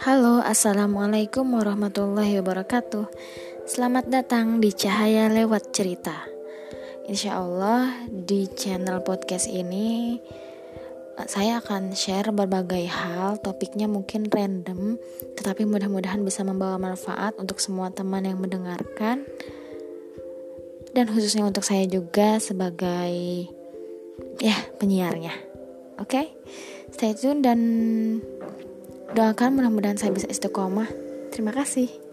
Halo, assalamualaikum warahmatullahi wabarakatuh. Selamat datang di Cahaya Lewat Cerita. Insya Allah di channel podcast ini saya akan share berbagai hal. Topiknya mungkin random, tetapi mudah-mudahan bisa membawa manfaat untuk semua teman yang mendengarkan, dan khususnya untuk saya juga sebagai penyiarnya. Oke, stay tune dan doakan mudah-mudahan saya bisa istiqomah. Terima kasih.